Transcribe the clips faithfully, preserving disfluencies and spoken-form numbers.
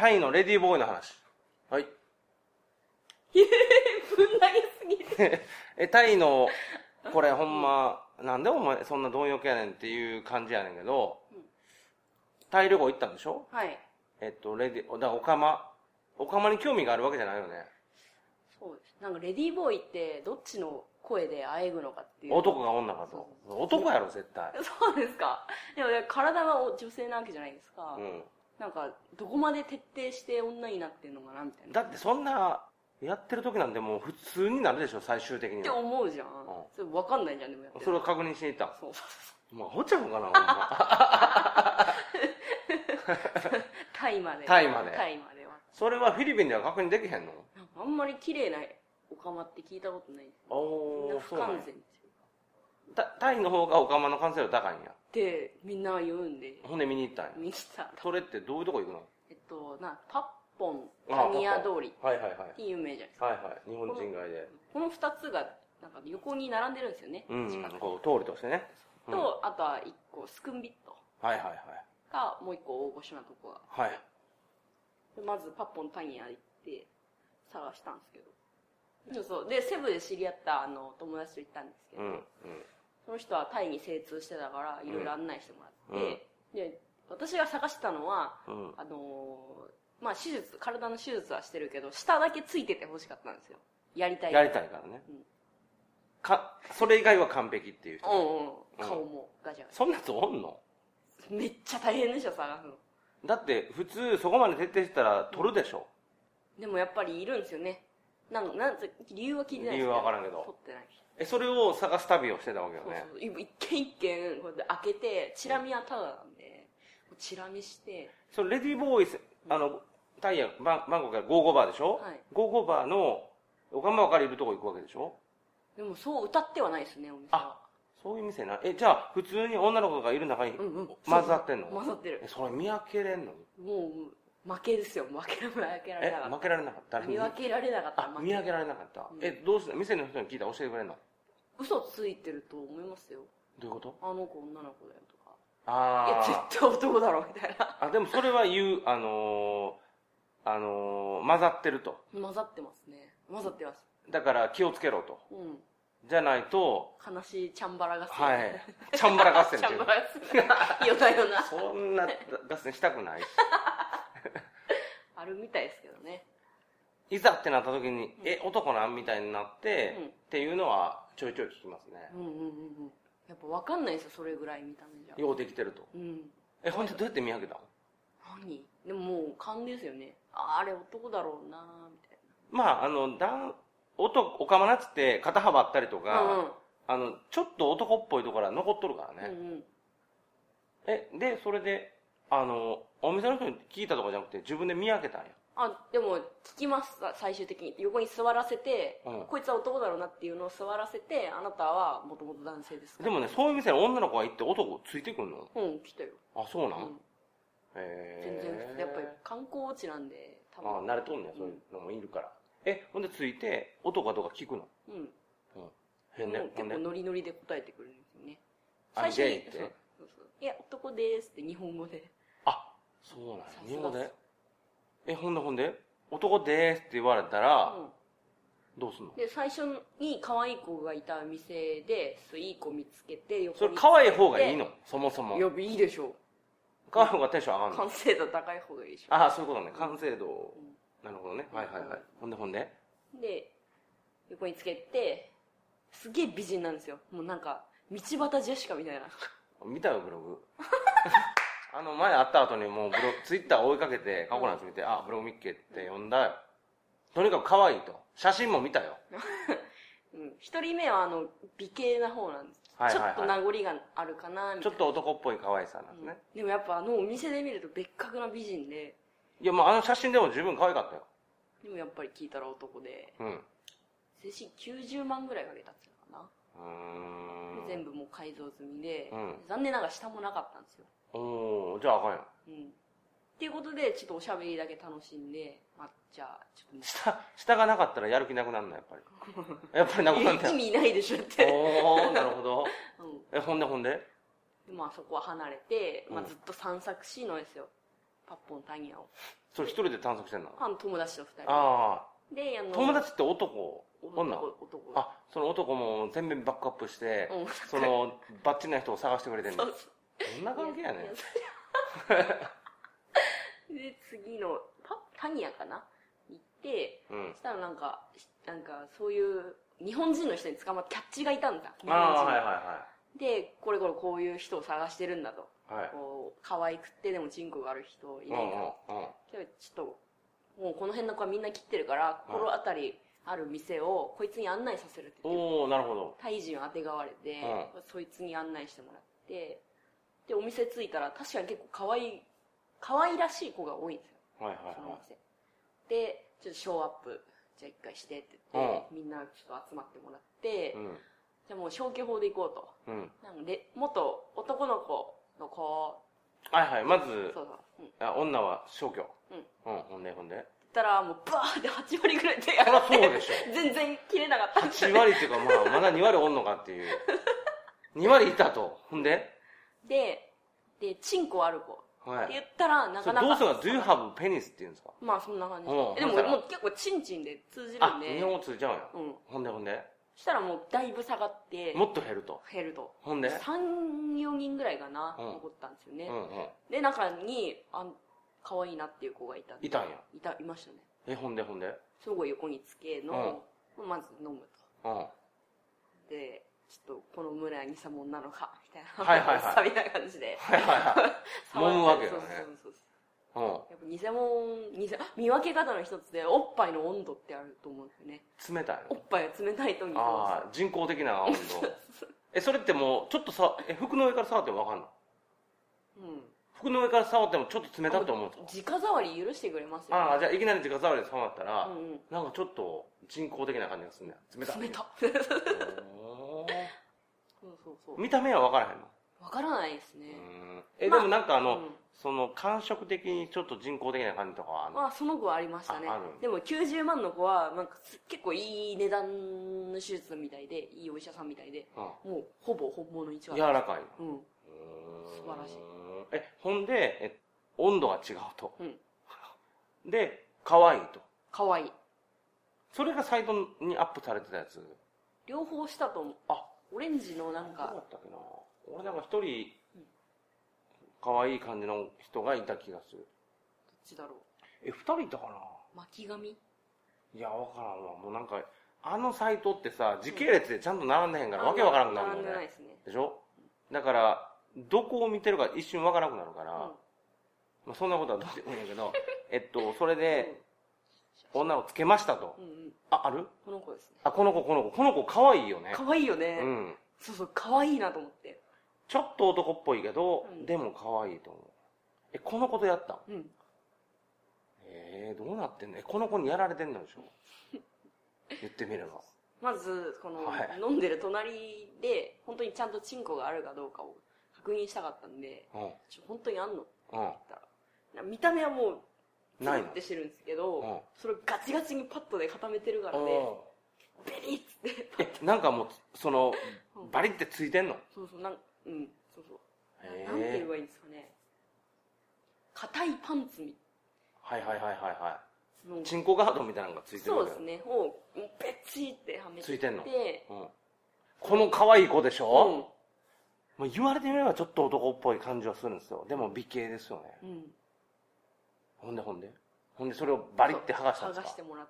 タイのレディーボーイの話。はい。 ぶん投げすぎて。 え、タイの、これほんま、なんでお前そんな貪欲やねんっていう感じやねんけど、うん、タイ旅行行ったんでしょ？ はい。 えっと、レディ、だからオカマ。オカマに興味があるわけじゃないよね。 そうです。なんかレディーボーイってどっちの声であえぐのかっていう。 男が女かと。男やろ、絶対。 そうですか。でも体は女性なわけじゃないですか。 うん。 なんか、どこまで徹底して女になってんのかなみたいな。 だってそんな、やってる時なんてもう普通になるでしょ、最終的には。 って思うじゃん。うん、それ分かんないじゃん、でもやってる。 それを確認しに行った。 そうそうそう。まあ、ほちゃうかな、ほんま。 タイまで。 タイまで。 タイまでは。 それはフィリピンでは確認できへんの？ なんかあんまり綺麗なオカマって聞いたことないです。 おー、 みんな不完全っていうか。タイの方がオカマの完成度高いんや。 ってみんな言うんで。 ほんで見に行ったんや。 見に行った。 それってどういうとこ行くの？ えっと、な、パッポン、タニヤ通りって有名じゃないですか。 はいはい。日本人街で。 この二つが、なんか横に並んでるんですよね。 うん、うん、こう通りとしてね。 と、あとは一個、スクンビット。 はいはいはい。 が、もう一個大御所なとこが。 はい。 でまず、パッポン、タニヤ行って探したんですけど。そうそう。で、セブで知り合ったあの友達と行ったんですけど、うんうん、その人はタイに精通してたから、いろいろ案内してもらって、うん、で、私が探したのは、うん、あのー、まあ、手術、体の手術はしてるけど、下だけついてて欲しかったんですよ。やりたいから。やりたいからね。うん、か、それ以外は完璧っていう人。 うんうん。顔もガチャガチャ。 そんなやつおんの？ めっちゃ大変でしょ、探すの。 だって、普通、そこまで徹底してたら取るでしょ。 うん、でもやっぱりいるんですよね。なんか、なん理由は聞いてないですけど。 理由はわからんけど。 取ってない。 え、それを探す旅をしてたわけよね。 そうそう。一軒一軒、こうやって開けて、チラ見はタダなんで、うん、チラ見して。 それ、レディーボーイ、あの、タイやバン、バンコクからゴーゴーバーでしょ？はい。ゴーゴーバーの、おかんばばかりいるとこ行くわけでしょ？ でもそう歌ってはないですね、お店は。 あ、そういう店な。え、じゃあ、普通に女の子がいる中に混ざってんの？ 混ざってる。 え、それ見分けれんの？ もう、負けですよ。負け、負けられなかった。 え、負けられなかった？ 見分けられなかった。 あ、見分けられなかった。うん、え、どうして、店の人に聞いたら教えてくれんの？ 嘘ついてると思いますよ。 どういうこと？ あの子女の子だよとか。 ああ。 いや、絶対男だろ、みたいな。 あ、でもそれは言う、あのー、あのー、混ざってると。 混ざってますね。混ざってます。 だから気をつけろと。うん。じゃないと。 悲しいチャンバラ合戦。 はい。チャンバラ合戦っていう。 チャンバラ合戦。夜な夜な。 そんな合戦したくないし。 あるみたいですけどね。 いざってなった時に、うん、え、男なんみたいになって、うん、っていうのはちょいちょい聞きますね。うんうんうんうん。 やっぱ分かんないですよ、それぐらい見た目じゃ。 ようできてると。うん。え、ほんとどうやって見分けたの？ 何？でももう勘ですよね。あ、あれ男だろうなみたいな。まあ、あの、だん、男、おかまなつって肩幅あったりとか、うんうん、あの、ちょっと男っぽいところは残っとるからね。うんうん、え、で、それで、あの、お店の人に聞いたとかじゃなくて自分で見分けたんや。 あ、でも、聞きます、最終的に。横に座らせて、うん、こいつは男だろうなっていうのを座らせて、あなたはもともと男性ですか？ でもね、そういう店に女の子が行って男ついてくんの？ うん、来たよ。 あ、そうなん？うん、 へ全然、やっぱり観光地なんで、 多分。あ、慣れとんねん、そういうのもいるから。え、ほんでついて、男かどうか聞くの？うん。うん。変ね。 結構ノリノリで答えてくれるんですよね。最初に、そうそうそう。いや、男ですって日本語で。 あ、そうなんや。日本語で？え、ほんでほんで男でーすって言われたら、うん、どうすんの？ で、最初に可愛い子がいた店で、いい子見つけて、 それ可愛い方がいいの？そもそも。 いや、いいでしょう。 可愛い方がテンション上がるの？ 完成度高い方がいいでしょ。 ああ、そういうことね。完成度。うんなるほどね。はいはいはい。ほんでほんでで、横につけて、すげえ美人なんですよ。もうなんか、道端ジェシカみたいな。 見たよ、ブログ。あの、前会った後にもうブログ、ツイッター追いかけて、過去のやつ見て、うん、あ、ブログミッケって呼んだよ。とにかく可愛いと。写真も見たよ。 うん。一人目はあの、美形な方なんです。はいはいはい、ちょっと名残があるかな、みたいな。 ちょっと男っぽい可愛さなんですね、 うん。でもやっぱあのお店で見ると別格な美人で、 いや、まあ、あの写真でも十分可愛かったよ。 でもやっぱり聞いたら男で、うん。精神きゅうじゅうまんぐらいかけたっていうのかな。うーん。全部もう改造済みで、うん、残念ながら下もなかったんですよ。 おー、じゃああかんやん。うん。 っていうことで、ちょっとおしゃべりだけ楽しんで、あ、じゃあ、ちょっと。 下、下がなかったらやる気なくなるの、やっぱり。やっぱりなくなるんだよ。 意味ないでしょって。 おー、なるほど。うん。え、ほんでほんでで、まあそこは離れて、まあずっと散策しいのですよ。 パッポンタニアを。 それ一人で探索してんの？ あの友達と二人ああ。 で、あの、 友達って男？女？ 男。 あ、その男も全面バックアップして、うん、その、バッチリな人を探してくれてるの。どんな関係やねん。 で、次の、パタニアかな行って、うん、そしたらなんか、なんか、そういう、日本人の人に捕まってキャッチがいたんだ。 ああ、はいはいはい。 で、これこれこういう人を探してるんだと。はい。こう、可愛くってでもチンコがある人いないか。うんうんうん。ちょっと、もうこの辺の子はみんな切ってるから、心当たりある店をこいつに案内させるって言って。 おー、なるほど。 タイ人をあてがわれて、うん、そいつに案内してもらって、で、お店着いたら確かに結構可愛い、可愛らしい子が多いんですよ。はいはいはい。そのお店。で、ちょっとショーアップ、じゃあ一回してって言って、うん、みんなちょっと集まってもらって、うん、じゃあもう消去法で行こうと。うん、なんで、元男の子の子、 はいはい、まず、そうそう、うん、あ女は消去。うん。うん、ほんでほんで。 ったら、もうバーってはち割ぐらい手が。 そりゃそうでしょ。 全然切れなかったんですよ、ね。はち割っていうか、まあ、まだに割おんのかっていう。に割いたと。ほんでで、で、チンコある子。はい。って言ったら、なかなか。 どうするの ?Do you have penis って言うんですか？ まあ、そんな感じ。うん、でも、もう結構チンチンで通じるんで。 あ、日本語通じちゃうんや。うん。ほんでほんでしたらもうだいぶ下がって。 もっと減ると。 減ると。 ほんでさん、よにんぐらいかな、うん、残ったんですよね。うんうん。で、中に、あ可愛いなっていう子がいたんで。 いたんや。 いた、いましたね。 え、ほんでほんでそこ横につけの、うん、まず飲むと。うん。で、ちょっとこの村は偽物なのか、みたいな。 はいはいはい。 サビな感じで。 はいはいはい。揉むわけよね。そうそうそう。 うん。やっぱ偽物、偽、見分け方の一つで、おっぱいの温度ってあると思うんですよね。 冷たいおっぱいが冷たいと偽物。 ああ、人工的な温度。え、それってもう、ちょっとさ、え、服の上から触ってもわかんの？うん。服の上から触ってもちょっと冷たいと思うんですか？直触り許してくれますよ、 ね。ああ、じゃあいきなり直触りで触ったら、うんうん、なんかちょっと人工的な感じがするね。冷たい。 冷た。そうそうそう。 見た目は分からへんの？ 分からないですね。 え、まあ、でもなんかあの、うん、その感触的にちょっと人工的な感じとかはあるの？ まあその子はありましたね。でもきゅうじゅうまんの子はなんか結構いい値段の手術みたいで、いいお医者さんみたいで、うん、もうほぼ本物に違う。 柔らかい。うん。 素晴らしい。 え、ほんで、え、温度が違うと。うん。で、可愛いと。 可愛い。 それがサイトにアップされてたやつ？ 両方したと思う。あ、オレンジのなんか。 どうだったっけな。俺なんか一人、可愛い感じの人がいた気がする。どっちだろう。 え、二人いたかな？ 巻き髪？いや、わからんわ。もうなんか、あのサイトってさ、時系列でちゃんと並んでへんから、わけわからんくなるもんね。 並んでないですね。 でしょ？だから、どこを見てるか一瞬わからなくなるから、うん、まあ、そんなことはどうでもいいんだけど、えっと、それで、女をつけましたと。うんうん、あ、ある？ この子ですね。 あ、この子、この子。この子可愛いよね。 可愛いよね。うん。そうそう、可愛いなと思って。 ちょっと男っぽいけど、うん、でも可愛いと思う。え、この子とやったん？うん。えー、どうなってんの？え、この子にやられてんのでしょ？言ってみれば。まず、この、はい、飲んでる隣で、本当にちゃんとチンコがあるかどうかを確認したかったんで、うん、ちょ本当にあんのって言ったら、見た目はもう、ないってしてるんですけど、うん、それをガチガチにパッドで固めてるからね、ベリッつって。 え、なんかもう、その、バリってついてんの？ そうそう、なん、うん、そうそう。なんて言えばいいんですかね。硬いパンツみはいはいはいはいはい。チンコガードみたいなのがついてるそうですね。を、べっちってはめて。 ついてんの？うん。この可愛い子でしょ？うん。もう言われてみればちょっと男っぽい感じはするんですよ。でも美形ですよね。うん。ほんでほんでほんでそれをバリって剥がしたんですか？ 剥がしてもらって、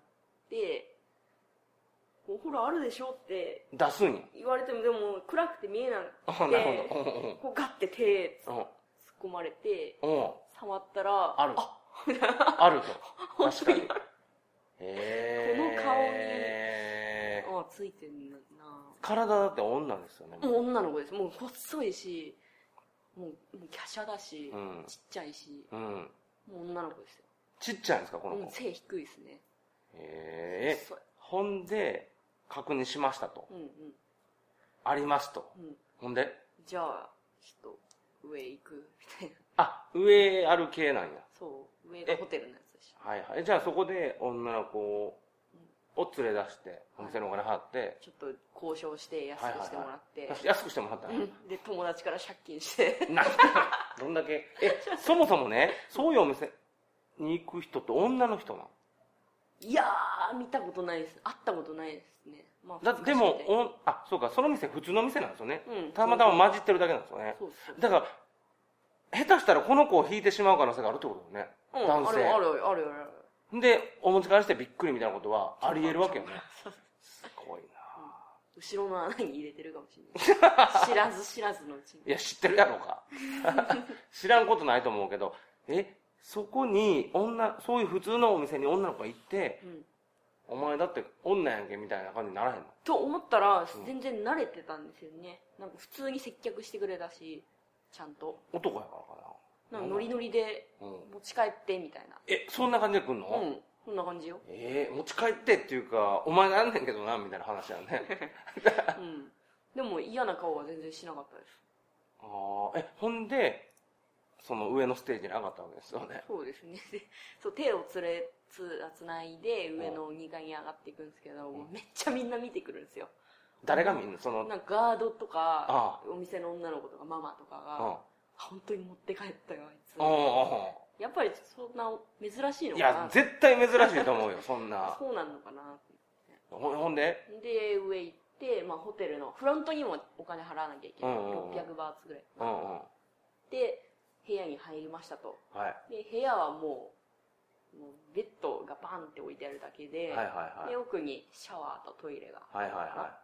ほらあるでしょって出すんや言われても、でも暗くて見えなくて、なるほど、こうガッて手突っ込まれて、触ったらあるああると確かにへこの顔にあついてるんだな。 体だって女ですよね。 もう女の子です。もう細いし、もう華奢だし、うん、ちっちゃいし、うん、もう女の子ですよ。 ちっちゃいんですかこの子？ うん、背低いですね。 へえ。ほんで確認しましたと、うんうん、ありますと、うん、ほんでじゃあちょっと上行くみたいな。 あ、上ある系なんや。 そう、上がホテルのやつでしょ。はいはい。じゃあそこで女の子をを連れ出して、お店のお金払って、 ちょっと交渉して安くしてもらって。はいはいはい、 安くしてもらったの、うん、 で、友達から借金して。 なんどんだけ。え、そもそもね、そういうお店に行く人って女の人なの？ いやー、見たことないです。会ったことないですね。まあ、 だでもお、あ、そうか、その店普通の店なんですよね。うん、たまたま混じってるだけなんですよね。そうそうそう、だから、下手したらこの子を引いてしまう可能性があるってことだよね。うん、男性。 あるあるあるある。 で、お持ち帰りしてびっくりみたいなことはあり得るわけよね。すごいな、 うん、後ろの穴に入れてるかもしれない。知らず知らずのうちに。 いや、知ってるやろうか。知らんことないと思うけど、え、そこに女、そういう普通のお店に女の子が行って、うん、お前だって女やんけみたいな感じにならへんのと思ったら、全然慣れてたんですよね。なんか普通に接客してくれたし、ちゃんと。 男やからかな。 なんかノリノリで持ち帰ってみたいな。 え、そんな感じで来んの？ うん、そんな感じよ。 えー、持ち帰ってっていうか、お前がやんねんけどな、みたいな話やね。 うん。でも嫌な顔は全然しなかったです。 ああ、え、ほんで、その上のステージに上がったわけですよね。 そうですね。そう、手をつれ、つ、つないで上のにかいに上がっていくんですけど、うん、めっちゃみんな見てくるんですよ。 誰がみんなそのなんかガードとか、ああお店の女の子とかママとかが、ああ本当に持って帰ったよ、あいつ。ああやっぱりそんな珍しいのかな。 いや、絶対珍しいと思うよ、そんな。 そうなのかな。 ほ, ほんでで、上行って、まあホテルの、フロントにもお金払わなきゃいけない。うんうんうん、ろっぴゃくバーツぐらい。うんうん、で、部屋に入りましたと。はい、で、部屋はもう、もうベッドがバンって置いてあるだけで、はいはいはい、で、奥にシャワーとトイレが。はいはいはい。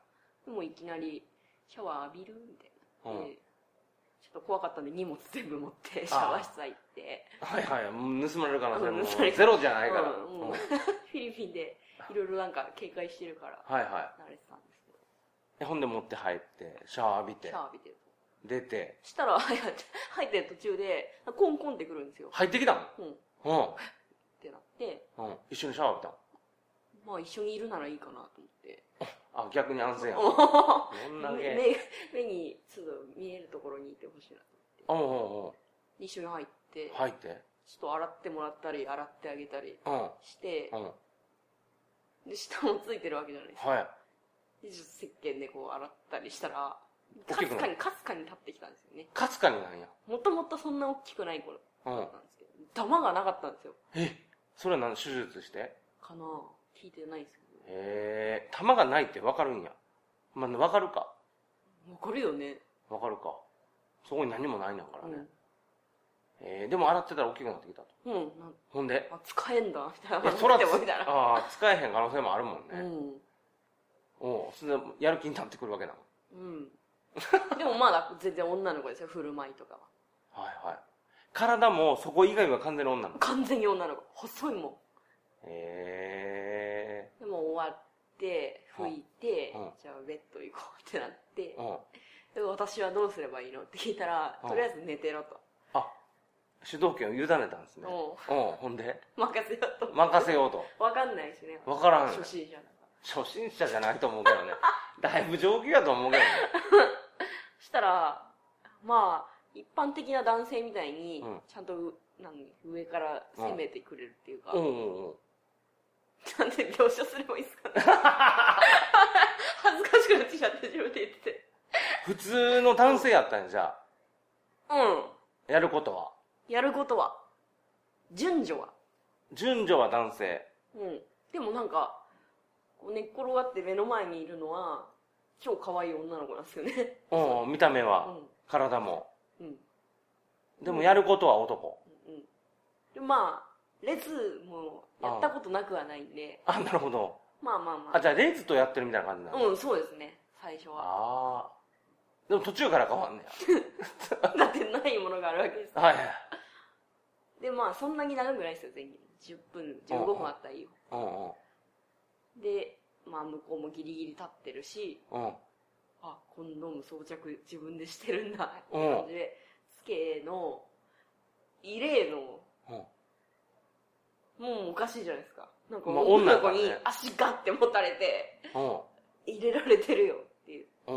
でもいきなり、シャワー浴びるみたいな。うん、でちょっと怖かったんで荷物全部持ってシャワー室入って。 はいはい。盗まれる可能性もゼロじゃないから。 うんうん、フィリピンでいろいろなんか警戒してるから、はいはい。慣れてたんですけど。ほんで持って入って、シャワー浴びて。 シャワー浴びてる。 出て。 したら、入ってる途中で、コンコンってくるんですよ。 入ってきたの？うん。うん。 ってなって。 うん。一緒にシャワー浴びたの？ まあ一緒にいるならいいかなと思って。 あ、逆に安全やん。 どんな目、目にちょっと見えるところにいてほしいなと思って。うんうんうん。一緒に入って。 入って。 ちょっと洗ってもらったり、洗ってあげたりして、うん。で、下もついてるわけじゃないですか。はい。で、ちょっと石鹸でこう洗ったりしたら、かすかに、かすかに立ってきたんですよね。 かすかになんや。 もともとそんな大きくない頃だったんですけど、うん、玉がなかったんですよ。 え、それは何、手術してかなぁ。聞いてないですけど。 へえ、玉がないって分かるんや。まあ、分かるか。 分かるよね。 分かるか。そこに何もないんだからね。うん、えー、でも洗ってたら大きくなってきたと。うん。ほんであ、使えんだ、みたいな。 え、そら、ああ、使えへん可能性もあるもんね。うん。おう、それでやる気になってくるわけだもん。うん。 でもまだ全然女の子ですよ、振る舞いとかは。はいはい。体もそこ以外は完全に女の子。 完全に女の子。細いもん。 へえー。でも終わって、拭いて、うん、じゃあベッド行こうってなって、うん、で私はどうすればいいのって聞いたら、とりあえず寝てろと。 あ、主導権を委ねたんですね。うん。ほんで任せようと。 任せようと。 わかんないしね。 わからん。 初心者だから。 初心者じゃないと思うけどね。だいぶ上級やと思うけどね。 したら、まあ、一般的な男性みたいに、ちゃんと、うん、何上から攻めてくれるっていうか。うんうんうん。なんで描写すればいいですかね。恥ずかしくなってきちゃって自分で言ってて。 普通の男性やったんや、じゃあ。うん。 やることはやることは。順序は順序は男性。 うん。でもなんか、寝っ転がって目の前にいるのは、超可愛い女の子なんですよね。 うん、見た目は。うん、体も。うん。でもやることは男。うん。うん、 でまあ、レズもやったことなくはないんで。 あ、なるほど。 まあまあまあ。 あ、じゃあレズとやってるみたいな感じなの？うん、そうですね。最初は。ああ。 でも途中から変わんねや。だってないものがあるわけですから。はいはい。で、まあそんなに長くないですよ、全員。じゅっぷん、じゅうごふんあったらいいよ。うんうん。で、まあ向こうもギリギリ立ってるし、うん。あ、コンドーム装着自分でしてるんだ、って感じで、スケの、異例の、うん、もうおかしいじゃないですか。なんか女の子に足ガッて持たれて、入れられてるよっていう。うん。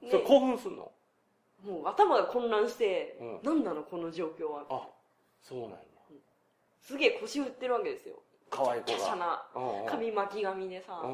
それ興奮すんの？ もう頭が混乱して、うん、なんなのこの状況は。 あ、そうなんや。 すげえ腰振ってるわけですよ。 可愛い子が華奢な髪巻き髪でさ、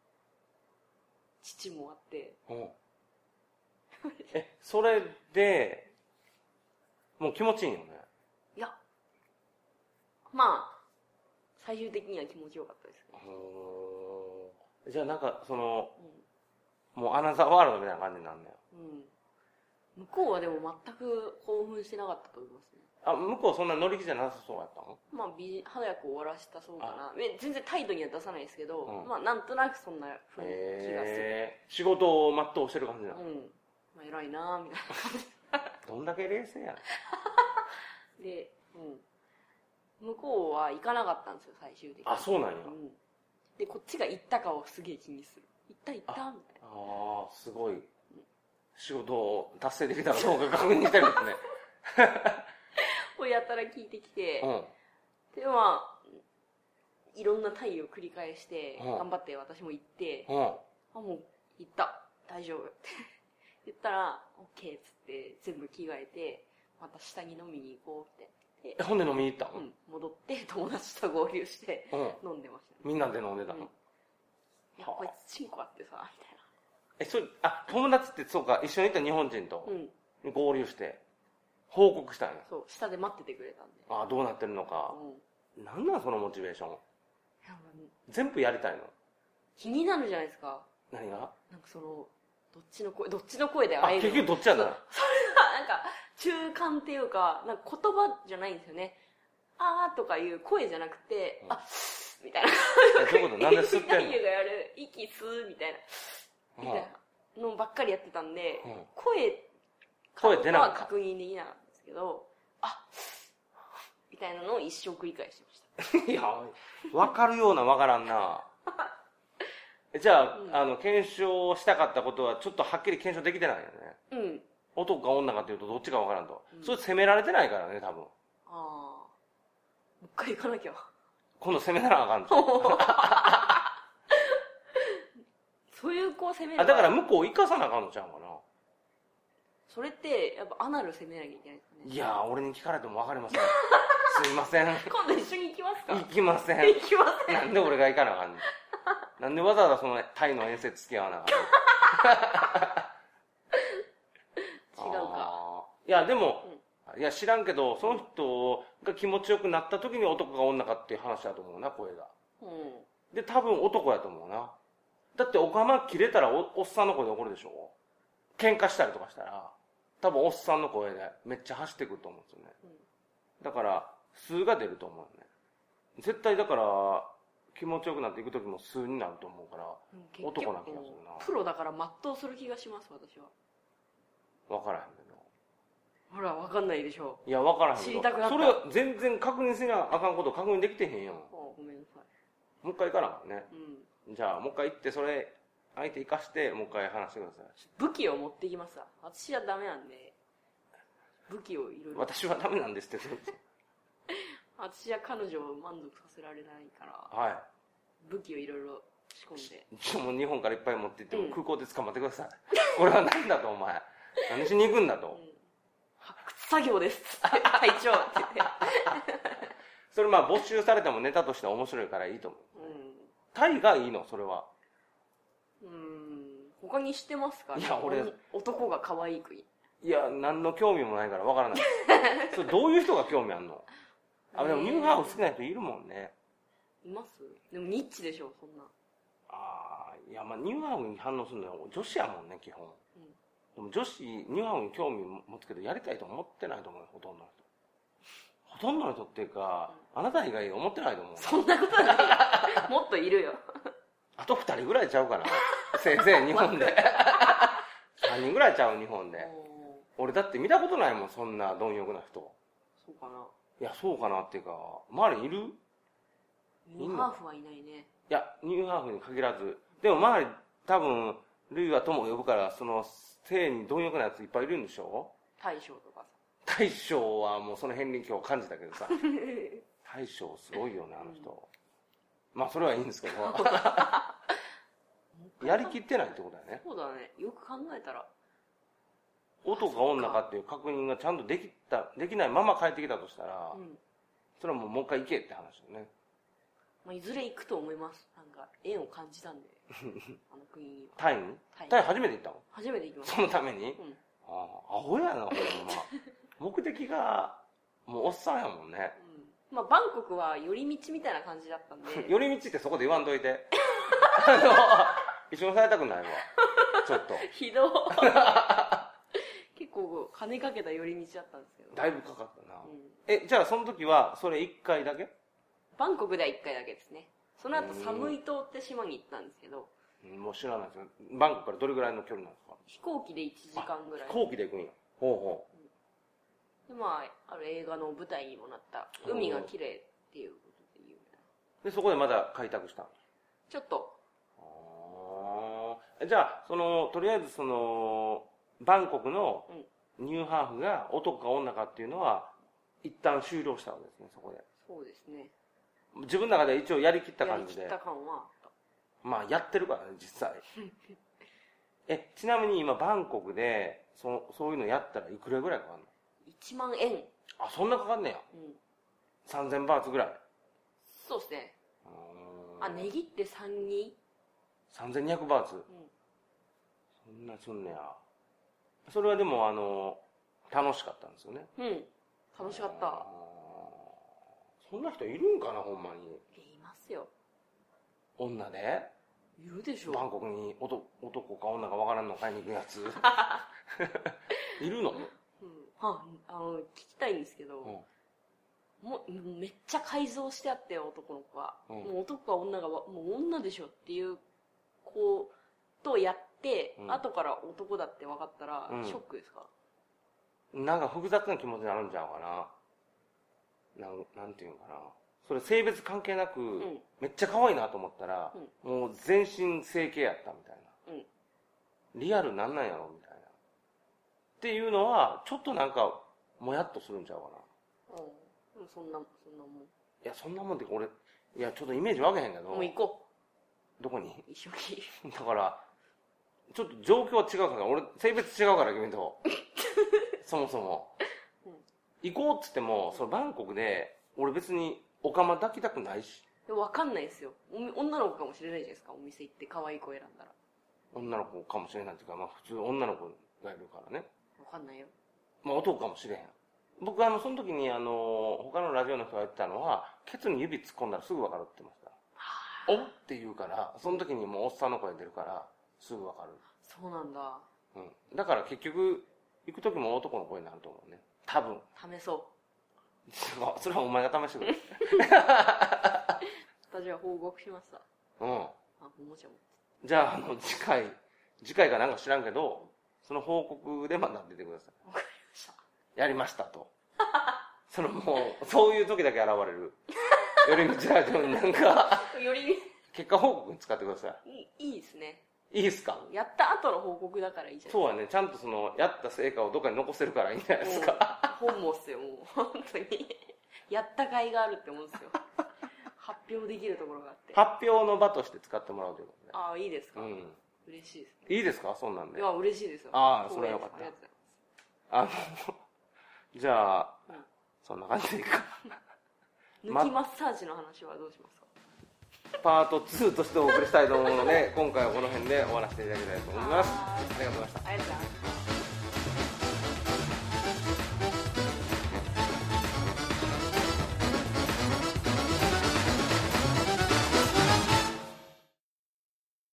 父もあって、うん、 えそれでもう気持ちいいよね。 いやまあ最終的には気持ちよかったですね。 うん、じゃあなんかその、うん、もうアナザーワールドみたいな感じになるんだよ。 うん、向こうはでも全く興奮してなかったと思いますね。 あ、向こうそんな乗り気じゃなさそうやったの？ まあ美早く終わらしたそうかな。全然態度には出さないですけど、うん、まあなんとなくそんな雰囲気がする。 仕事を全うしてる感じなの？うん、 まあ、偉いなみたいな感じ。 どんだけ冷静やん。で、うん、向こうは行かなかったんですよ最終的に。 あ、そうなんや。うん、 でこっちが行ったかをすげえ気にする。行った行ったみたいな。 ああ、すごい。仕事を達成できたらどうか確認してるんですね。 をやったら聞いてきて、うん、でまあいろんな対応を繰り返して、うん、頑張って私も行って、うん、あもう行った大丈夫って言ったら OK っつって全部着替えてまた下に飲みに行こうってえほんで飲みに行ったの？ うん、戻って友達と合流して飲んでました、ね、 みんなで飲んでたの？うん、 いやこいつチンコあってさみたいな。 えそれあ友達ってそうか一緒に行った日本人と合流して報告したんや。 そう下で待っててくれたんで。 ああどうなってるのか、うん、なんなんそのモチベーション。全部やりたいの？ 気になるじゃないですか。 何が？ なんかそのどっちの声どっちの声で会えるの？ あ結局どっちやな。それがなんか中間っていうかなんか言葉じゃないんですよね。あーとかいう声じゃなくて、うん、あみたいな。 どういうこと？なんで吸ってんの？ 何がやる息吸うみたいなみたいなのばっかりやってたんで、うん、声声出なかった。 確認できなかったんですけど、あみたいなのを一生繰り返してました。 いや分かるような分からんな。じゃあ、うん、あの検証したかったことはちょっとはっきり検証できてないよね。うん。男か女かっていうとどっちか分からんと、うん、それ責められてないからね多分。ああもう一回行かなきゃ。 今度責めならあかんと。 そういう子を責める。 あだから向こう行かさなあかんのちゃうかな。 それってやっぱアナル責めなきゃいけないですかね。 いや俺に聞かれても分かりません。すいません。 今度一緒に行きますか？ 行きません。 行きません。 なんで俺が行かなあかんねん。なんでわざわざそのタイの遠征付き合わなあかん。違うか。 いやでも、うん、いや知らんけどその人が気持ちよくなった時に男か女かっていう話だと思うな声が。うん。で多分男やと思うな。だってオカマ切れたら お, おっさんの声で怒るでしょ。喧嘩したりとかしたら多分おっさんの声でめっちゃ走ってくると思うんですよね、うん、だから数が出ると思うよね。絶対だから気持ちよくなっていく時も数になると思うから、うん、男な気がするな。 プロだから全うする気がします私は。 分からへんけど。 ほら分かんないでしょ。 いや分からへんけど知りたくなった。 それは全然確認せなあかんこと確認できてへんよ。 ごめんなさい。 もう一回行かなあかんね、うん、じゃあもう一回行ってそれ相手生かしてもう一回話してください。 武器を持ってきますわ。私はダメなんで武器をいろいろ。 私はダメなんですって。 私は彼女を満足させられないから、はい、武器をいろいろ仕込んで。 ちょもう日本からいっぱい持って行っても、うん、空港で捕まってください。これは何だとお前何しに行くんだと、うん、 発掘作業ですって隊長って言ってそれまあ没収されてもネタとしては面白いからいいと思う、うん、タイがいいのそれは。 うーん他に知ってますか？いや俺男が可愛い国。 いや何の興味もないからわからない。それどういう人が興味あんの？あでもニューハーフ好きな人いるもんね。 います？でもニッチでしょそんな。 ああいやまあニューハーフに反応するのは女子やもんね基本、うん、でも女子ニューハーフに興味持つけどやりたいと思ってないと思うよほとんどの人。ほとんどの人っていうか、うん、あなた以外思ってないと思う。 そんなことないもっといるよ。 あとふたりぐらいちゃうかなせいぜい日本でさんにんぐらいちゃう日本で。俺だって見たことないもんそんな貪欲な人。 そうかな。 いやそうかなっていうか周りいる？ ニューハーフはいないね。 いやニューハーフに限らずでも周り多分ルイは友を呼ぶからその性に貪欲なやついっぱいいるんでしょ？ 大将とかさ。大将はもうその片鱗気を感じたけどさ大将すごいよねあの人、うん、まあそれはいいんですけどやりきってないってことだよね。 そうだねよく考えたら男か女かっていう確認がちゃんとできたできないまま帰ってきたとしたら、うん、それはもうもう一回行けって話だよね。 まあ、いずれ行くと思います。なんか縁を感じたんであの国には。 タイにタイ初めて行ったの？ 初めて行きました。 そのために、 うん、 ああアホやなほんま目的がもうおっさんやもんね、 うん、まあバンコクは寄り道みたいな感じだったんで寄り道ってそこで言わんといてあの一緒にされたくないわちょっとひど結構金かけた寄り道だったんですけど。 だいぶかかったな、うん、 えじゃあその時はそれいっかいだけ？ バンコクではいっかいだけですね。その後サムイ島って島に行ったんですけど、 もう知らないですよ。バンコクからどれぐらいの距離なんですか？ 飛行機でいちじかんぐらい。 飛行機で行くんや。ほうほう、うん、でまあある映画の舞台にもなった海が綺麗っていうことで有名な。 でそこでまだ開拓したん？ ちょっと。 あじゃあそのとりあえずそのバンコクのニューハーフが男か女かっていうのは一旦終了したわけですね、そこで。 そうですね。 自分の中で一応やりきった感じで。 やりきった感はあった。 まあやってるからね実際えちなみに今バンコクでそそういうのやったらいくらぐらいかかるの？ いちまんえん。 あそんなかかんねや、うん、さんぜんバーツぐらい。 そうですね。あ値切ってさんじゅうにさんぜんにひゃくバーツ、うん、そんなすんねや。それはでもあの楽しかったんですよね。 うん楽しかった。 そんな人いるんかなほんまに。 いますよ。 女でいるでしょ。 バンコクに 男, 男か女かわからんの買いに行くやついるの？うん、 はあ、あの聞きたいんですけど、うん、もうめっちゃ改造してあって男の子は、うん、もう男か女がもう女でしょっていう子とやって、うん、後から男だって分かったら、うん、ショックですか？ なんか複雑な気持ちになるんちゃうかな。なん、なんていうんかな。それ性別関係なく、うん、めっちゃ可愛いなと思ったら、うん、もう全身整形やったみたいな、うん。リアルなんなんやろみたいな。っていうのは、ちょっとなんか、もやっとするんちゃうかな。 うん。そんな、そんなもん。いや、そんなもんって俺、いや、ちょっとイメージわけへんけど。 もう行こう。どこに？ 一緒に。 だから、ちょっと状況は違うから、俺、性別違うから君と。そもそも、うん、行こうっつってもそのバンコクで俺別にオカマ抱きたくないし。 分かんないですよ。女の子かもしれないじゃないですか。お店行って可愛い子選んだら女の子かもしれないっていうか、まあ普通女の子がいるからね。 分かんないよ。 まあ男かもしれへん。僕あのその時にあの他のラジオの人が言ってたのはケツに指突っ込んだらすぐ分かるって言ってました。おっって言うからその時にもうおっさんの声出るからすぐ分かる。 そうなんだ。 うん。だから結局行く時も男の声になると思うね。多分。 試そう。 それはお前が試してくれ。 私は報告しました。 うん。 あ、おもちゃも。 じゃあ、あの、次回、次回かなんか知らんけど、その報告でまた出てください。 わかりました。 やりましたと。そのもう、そういう時だけ現れる。寄り道ラジオになんか、 より結果報告に使ってください。 いい、いいですね。 いいですか？ やった後の報告だからいいじゃないですか。 そうはね、ちゃんとそのやった成果をどっかに残せるからいいんじゃないですか。 本望っすよ、もう本当にやった甲斐があるって思うんですよ。発表できるところがあって。 発表の場として使ってもらうということで。 ああ、いいですか。うん、嬉しいですね。 いいですか、そんなんで。 いや、嬉しいですよ。 ああ、それはよかった。あのじゃあ、うん、そんな感じでいいか。 抜きマッサージの話はどうしますか？ パートツーとしてお送りしたいと思うので今回はこの辺で終わらせていただきたいと思います。ありがとうございました。 ありがとうございます。